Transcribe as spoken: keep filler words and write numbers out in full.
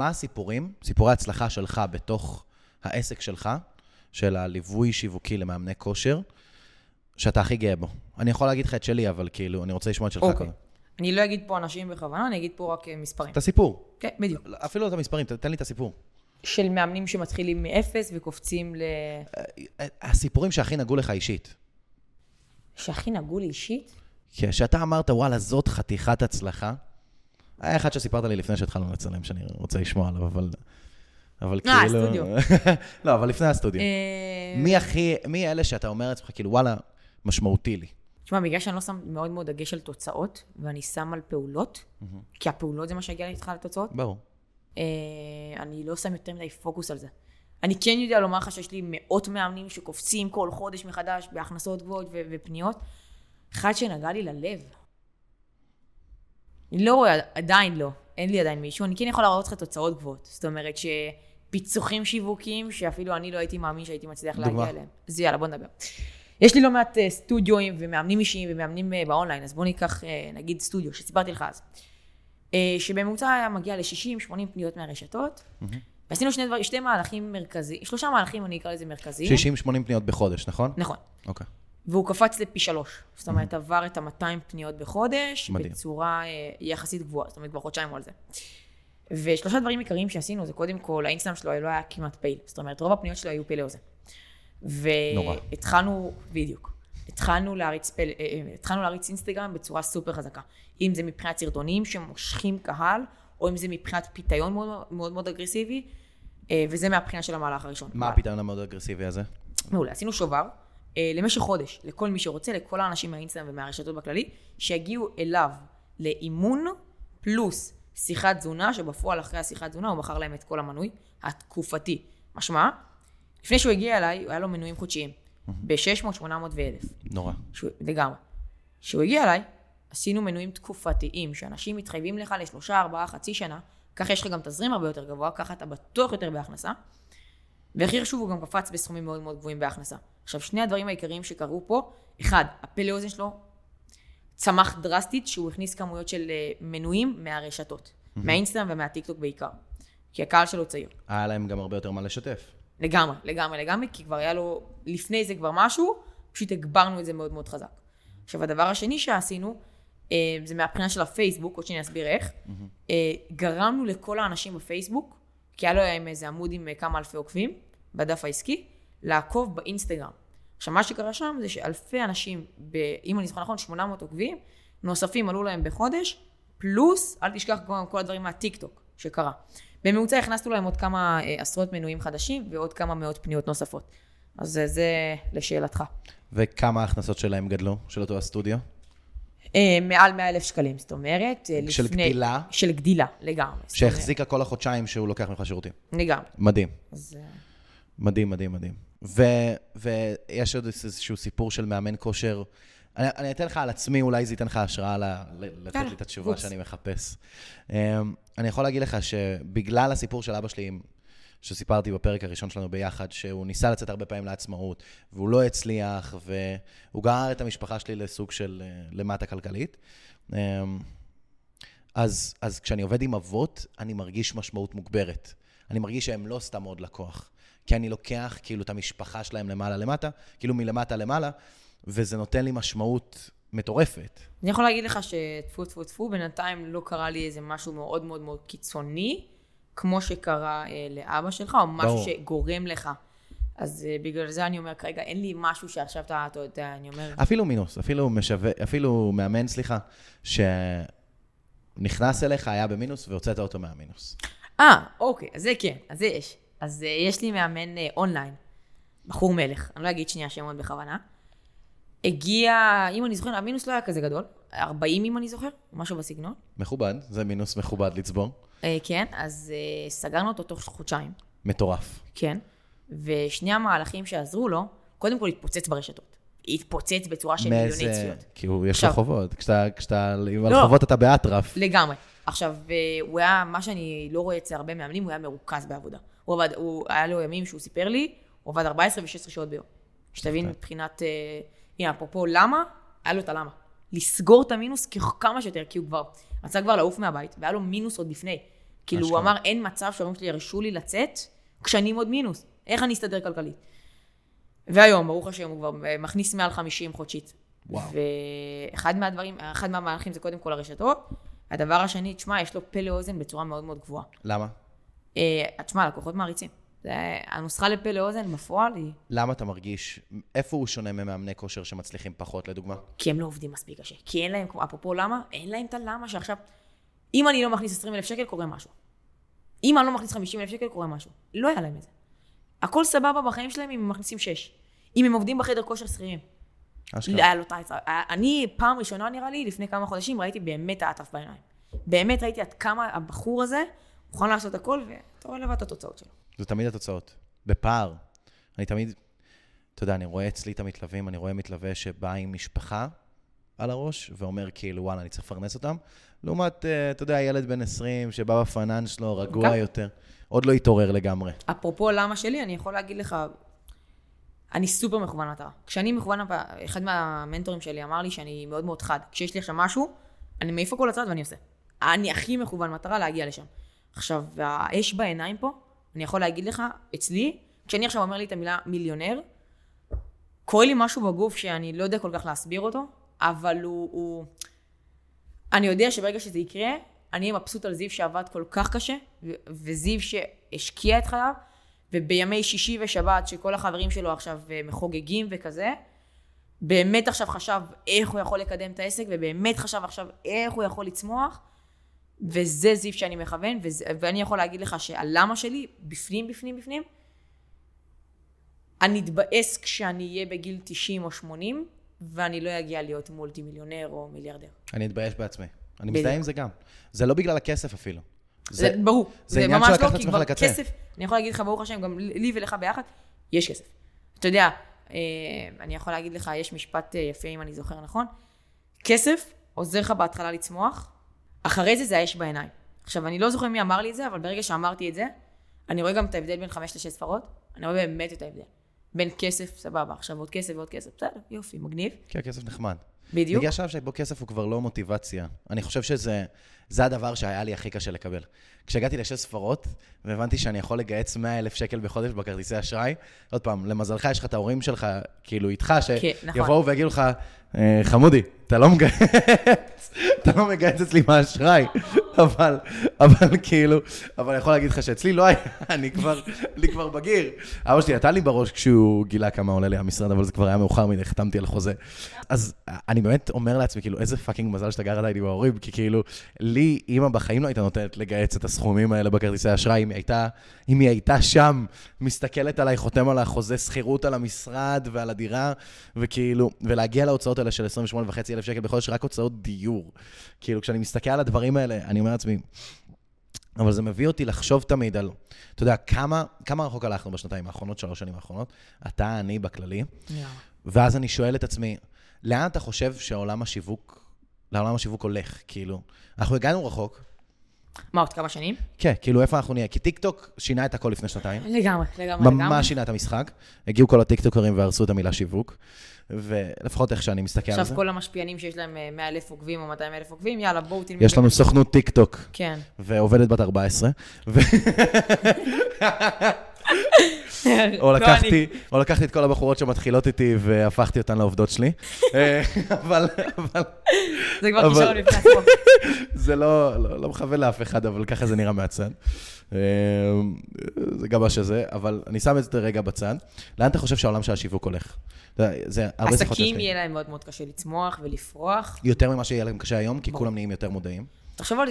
מה הסיפורים, סיפורי הצלחה שלך בתוך העסק שלך, של הליווי שיווקי למאמני כושר, שאתה הכי גאה בו? אני יכול להגיד לך את שלי, אבל כאילו, אני רוצה לשמוע את שלך אוקיי. קודם. אני לא אגיד פה אנשים בכוונה, אני אגיד פה רק מספרים. את הסיפור. כן, בדיוק. אפילו את המספרים, תן לי את הסיפור. של מאמנים שמתחילים מאפס וקופצים ל... הסיפורים שהכי נגעו לך אישית. שהכי נגעו לי אישית? כן, שאתה אמרת, וואלה, זאת חתיכת הצלחה. היה אחד שסיפרת לי לפני שהתחלנו לצלם, שאני רוצה לשמוע עליו, אבל... אבל אה, כאילו... הסטודיו. לא, אבל לפני הסטודיו. מי הכי, מי אלה שאתה אומר לעצמך, כאילו, וואלה, משמעותי לי? תשמע, בגלל שאני לא שם מאוד מאוד דגש על תוצאות, ואני שם על פעולות, כי הפעולות זה מה שהגיע לי איתך לתוצאות. ברור. אני לא שם יותר מדי פוקוס על זה. אני כן יודע לומר לך שיש לי מאות מאמנים שקופצים כל חודש מחדש בהכנסות גבוהות ו- ופניות. אחד שנגע לי ללב. אני לא רואה, עדיין לא. אין לי עדיין מישהו. אני כן יכול להראות לך תוצאות גבוהות. זאת אומרת שפיצוחים שיווקיים שאפילו אני לא הייתי מאמין שהייתי מצליח להגיע אליהם. אז יאללה, בוא נדבר. יש לי לא מעט סטודיואים ומאמנים אישיים ומאמנים באונליין. אז בוא ניקח, נגיד, סטודיו שסיפרתי לך אז. שבממוצע היה מגיע ל-שישים שמונים פניות מהרשתות. ועשינו שני דבר, שתי מהלכים מרכזיים, שלושה מהלכים אני אקרא לזה מרכזיים. שישים שמונים פניות בחודש, נכון? נכון. אוקיי. והוא קפץ לפי שלוש. זאת אומרת, עבר את ה-מאתיים פניות בחודש, מדהים. בצורה יחסית גבוהה. זאת אומרת, כבר חודשיים על זה. ושלושה דברים עיקריים שעשינו, זה קודם כל, האינסטגרם שלו לא היה כמעט פעיל. זאת אומרת, רוב הפניות שלו היו פעילי אוזן. והתחלנו, בדיוק, התחלנו להריץ, התחלנו להריץ אינסטגרם בצורה סופר חזקה. אם זה מבחינת סרטונים שמושכים קהל, או אם זה מבחינת פיתיון מאוד מאוד, מאוד אגרסיבי, וזה מהבחינה של המהלך הראשון. מה הפיתיון המאוד אגרסיבי הזה? מעולה, עשינו שובר למשך חודש, לכל מי שרוצה, לכל האנשים מהאינסטגרם ומהרשתות בכללי, שיגיעו אליו לאימון פלוס שיחת תזונה, שבפועל אחרי השיחת תזונה הוא מכר להם את כל המנוי התקופתי. משמע, לפני שהוא הגיע אליי, היה לו מנויים חודשיים, ב-שש מאות, שמונה מאות ו-אלף. נורא. לגמרי. כשהוא הגיע אליי, עשינו מנויים תקופתיים, שאנשים מתחייבים לך לשלושה, ארבעה, חצי שנה, ככה יש לך גם תזרים הרבה יותר גבוה, ככה אתה בטוח יותר בהכנסה, והכי חשוב הוא גם קפץ בסכומים מאוד מאוד גבוהים בהכנסה. עכשיו, שני הדברים העיקריים שקרו פה, אחד, הפלא אוזן שלו צמח דרסטית, שהוא הכניס כמויות של מנויים מהרשתות, מהאינסטגרם ומהטיקטוק בעיקר, כי הקהל שלו צעיר. היה להם גם הרבה יותר מה לשתף. לגמרי, לגמרי, לגמרי, כי כבר היה לו, לפני זה כבר משהו, פשוט הגברנו את זה מאוד מאוד חזק. עכשיו, הדבר השני שעשינו, זה מהבחינה של הפייסבוק, עוד שאני אסביר איך, גרמנו לכל האנשים בפייסבוק, כי היה לו עם איזה עמוד עם כמה אלפי עוקבים, בדף העסקי, לעקוב באינסטגרם. עכשיו, מה שקרה שם זה שאלפי אנשים, אם אני זוכר נכון, שמונה מאות עוקבים, נוספים עלו להם בחודש, פלוס, אל תשכח גם כל הדברים מהטיקטוק שקרה. בממוצע הכנסנו להם עוד כמה עשרות מנויים חדשים, ועוד כמה מאות פניות נוספות. אז זה, זה לשאלתך. וכמה ההכנסות שלהם גדלו, של אותו הסטודיו? מעל מאה אלף שקלים, זאת אומרת. של לפני, גדילה? של גדילה, לגמרי. שהחזיקה כל החודשיים שהוא לוקח ממך שירותים. לגמרי. מדהים. אז... מדהים, מדהים, מדהים. ו, ויש עוד איזשהו סיפור של מאמן כושר. אני, אני אתן לך על עצמי, אולי זה ייתן לך השראה לתת לי את התשובה שאני מחפש. אני יכול להגיד לך שבגלל הסיפור של אבא שלי, שסיפרתי בפרק הראשון שלנו ביחד, שהוא ניסה לצאת הרבה פעמים לעצמאות, והוא לא הצליח, והוא גרר את המשפחה שלי לסוג של למטה כלכלית. אז, אז כשאני עובד עם אבות, אני מרגיש משמעות מוגברת. אני מרגיש שהם לא סתם עוד לקוח. כי אני לוקח כאילו את המשפחה שלהם למעלה למטה, כאילו מלמטה למעלה, וזה נותן לי משמעות מטורפת. אני יכול להגיד לך שטפו טפו טפו, בינתיים לא קרה לי איזה משהו מאוד מאוד מאוד קיצוני, כמו שקרה אה, לאבא שלך, או משהו ברור. שגורם לך. אז אה, בגלל זה אני אומר, כרגע אין לי משהו שעכשיו אתה, אתה יודע, אני אומר... אפילו מינוס, אפילו משווה, אפילו מאמן, סליחה, שנכנס אליך, היה במינוס, והוצאת אותו מהמינוס. אה, אוקיי, אז זה כן, אז זה יש. אז אה, יש לי מאמן אה, אונליין, בחור מלך, אני לא אגיד שנייה שם עוד בכוונה. הגיע, אם אני זוכר, המינוס לא היה כזה גדול, ארבעים אם אני זוכר, משהו בסגנון. מכובד, זה מינוס מכובד לצבור. אה, כן, אז אה, סגרנו אותו תוך חודשיים. מטורף. כן, ושני המהלכים שעזרו לו, קודם כל התפוצץ ברשתות. התפוצץ בצורה של מיליוני צפיות. כי הוא יש לו חובות, כשאתה, כשאתה, עם החובות אתה באטרף. לגמרי. עכשיו, הוא היה, מה שאני לא רואה אצל הרבה מאמנים, הוא היה מרוכז בעבודה. הוא עבד, הוא, היה לו ימים שהוא סיפר לי, הוא עבד ארבע עשרה ו-שש עשרה שעות ביום. שתבין מבחינת, הנה, אפרופו למה, היה לו את הלמה. לסגור את המינוס כמה שיותר, כי הוא כבר, רצה כבר לעוף מהבית, והיה לו מינוס עוד לפני. כאילו, הוא אמר, אין מצב שההורים שלי ירשו לי לצאת, כשאני מאוד מינוס. איך אני אסתדר כלכלית? והיום, ברוך השם, הוא כבר מכניס מעל חמישים חודשית. וואו. ואחד מהדברים, אחד מהמהלכים זה קודם כל הרשתות. הדבר השני, תשמע, יש לו פה לאוזן בצורה מאוד מאוד גבוהה. למה? תשמע, לקוחות מעריצים. הנוסחה לפה לאוזן בפועל היא... למה אתה מרגיש, איפה הוא שונה ממאמני כושר שמצליחים פחות, לדוגמה? כי הם לא עובדים מספיק קשה. כי אין להם, אפרופו למה, אין להם את הלמה שעכשיו, אם אני לא מכניס עשרים אלף שקל, קורה משהו. אם אני לא מכניס חמישים אלף שקל, קורה משהו. לא היה להם את זה. הכל סבבה בחיים שלהם אם הם מכניסים שש. אם הם עובדים בחדר כושר שכירים. אני פעם ראשונה נראה לי, לפני כמה חודשים, ראיתי באמת העטף בעיניים. באמת ראיתי עד כמה הבחור הזה מוכן לעשות הכל, ואתה רואה לבד את התוצאות שלו. זה תמיד התוצאות. בפער. אני תמיד, אתה יודע, אני רואה אצלי את המתלווים, אני רואה מתלווה שבא עם משפחה על הראש, ואומר כאילו, וואלה, אני צריך לפרנס אותם. לעומת, אתה יודע, ילד בן עשרים שבא בפנן שלו, רגוע יותר. עוד לא התעורר לגמרי. אפרופו למה שלי, אני יכול להגיד לך, אני סופר מכוון מטרה. כשאני מכוון, אחד מהמנטורים שלי אמר לי שאני מאוד מאוד חד. כשיש לי עכשיו משהו, אני מעיף הכל לצד ואני עושה. אני הכי מכוון מטרה להגיע לשם. עכשיו, האש בעיניים פה, אני יכול להגיד לך, אצלי, כשאני עכשיו אומר לי את המילה מיליונר, קורה לי משהו בגוף שאני לא יודע כל כך להסביר אותו, אבל הוא, הוא... אני יודע שברגע שזה יקרה, אני אהיה מבסוט על זיו שעבד כל כך קשה, ו- וזיו שהשקיע את חייו, ובימי שישי ושבת, שכל החברים שלו עכשיו מחוגגים וכזה, באמת עכשיו חשב איך הוא יכול לקדם את העסק, ובאמת חשב עכשיו איך הוא יכול לצמוח, וזה זיו שאני מכוון, וזה, ואני יכול להגיד לך שהלמה שלי, בפנים, בפנים, בפנים, אני אתבאס כשאני אהיה בגיל תשעים או שמונים, ואני לא אגיע להיות מולטי מיליונר או מיליארדר. אני אתבייש בעצמי. אני מזדהה עם זה גם. זה לא בגלל הכסף אפילו. זה, זה ברור. זה, זה עניין שלקחת עצמך לקצה. כסף, אני יכול להגיד לך, ברוך השם, גם לי ולך ביחד, יש כסף. אתה יודע, אני יכול להגיד לך, יש משפט יפה אם אני זוכר נכון, כסף עוזר לך בהתחלה לצמוח, אחרי זה זה האש בעיניים. עכשיו, אני לא זוכר מי אמר לי את זה, אבל ברגע שאמרתי את זה, אני רואה גם את ההבדל בין חמש לשש ספרות, אני רואה באמת את ההבדל. בין כסף, סבבה, עכשיו עוד כסף ועוד כסף, בסדר, יופי, מגניב. כן, כסף נחמד. בדיוק. מגיע שלב שבו כסף הוא כבר לא מוטיבציה. אני חושב שזה זה הדבר שהיה לי הכי קשה לקבל. כשהגעתי לשש ספרות, והבנתי שאני יכול לגייס מאה אלף שקל בחודש בכרטיסי אשראי, עוד פעם, למזלך יש לך את ההורים שלך, כאילו איתך, שיבואו ויגידו לך, חמודי, אתה לא מגייס, אתה לא מגייס אצלי מהאשראי, אבל, אבל כאילו, אבל אני יכול להגיד לך שאצלי לא היה, אני כבר, אני כבר בגיר. אבא שלי נתן לי בראש כשהוא גילה כמה עולה לי המשרד, אבל זה כבר היה מאוחר מדי, חתמתי על חוזה. אז אני באמת אומר לעצמי, כאילו, איזה פאקינג מזל שאתה גר עדיין בהורים, כי כאילו, לי, אמא בחיים לא הייתה נותנת לגייס את הסכומים האלה בכרטיסי האשראי, אם היא הייתה, אם היא הייתה שם, מסתכלת עליי, חותם על החוזה שכירות על המשרד ועל הדירה, וכאילו, ולהגיע להוצאות האלה של עשרים ושמונה וחצי אלף שקל בחודש, רק הוצאות דיור. כאילו, כשאני מסתכל על הדברים האלה, אני אומר לעצמי, אבל זה מביא אותי לחשוב תמיד על, אתה יודע, כמה, כמה רחוק הלכנו בשנתיים האחרונות, שלוש שנים האחרונות, אתה, אני בכללי, yeah. ואז אני שואל את עצמי, לאן אתה חושב שהעולם השיווק, לעולם השיווק הולך? כאילו, אנחנו הגענו רחוק. מה, עוד כמה שנים? כן, כאילו, איפה אנחנו נהיה? כי טיקטוק שינה את הכל לפני שנתיים. לגמרי, לגמרי, לגמרי. ממש שינה את המשחק. הגיעו כל הטיקטוקרים והרסו את המילה שיווק. ולפחות איך שאני מסתכל על זה. עכשיו כל המשפיענים שיש להם מאה אלף עוקבים או מאתיים אלף עוקבים, יאללה, בואו תלמדו. יש לנו סוכנות טיקטוק. כן. ועובדת בת ארבע עשרה. או לקחתי, או לקחתי את כל הבחורות שמתחילות איתי והפכתי אותן לעובדות שלי. אבל, אבל... זה כבר כישרון לפני עצמו. זה לא, לא מכוון לאף אחד, אבל ככה זה נראה מהצד. זה גם מה שזה, אבל אני שם את זה רגע בצד. לאן אתה חושב שהעולם של השיווק הולך? עסקים יהיה להם מאוד מאוד קשה לצמוח ולפרוח. יותר ממה שיהיה להם קשה היום, כי כולם נהיים יותר מודעים. תחשוב על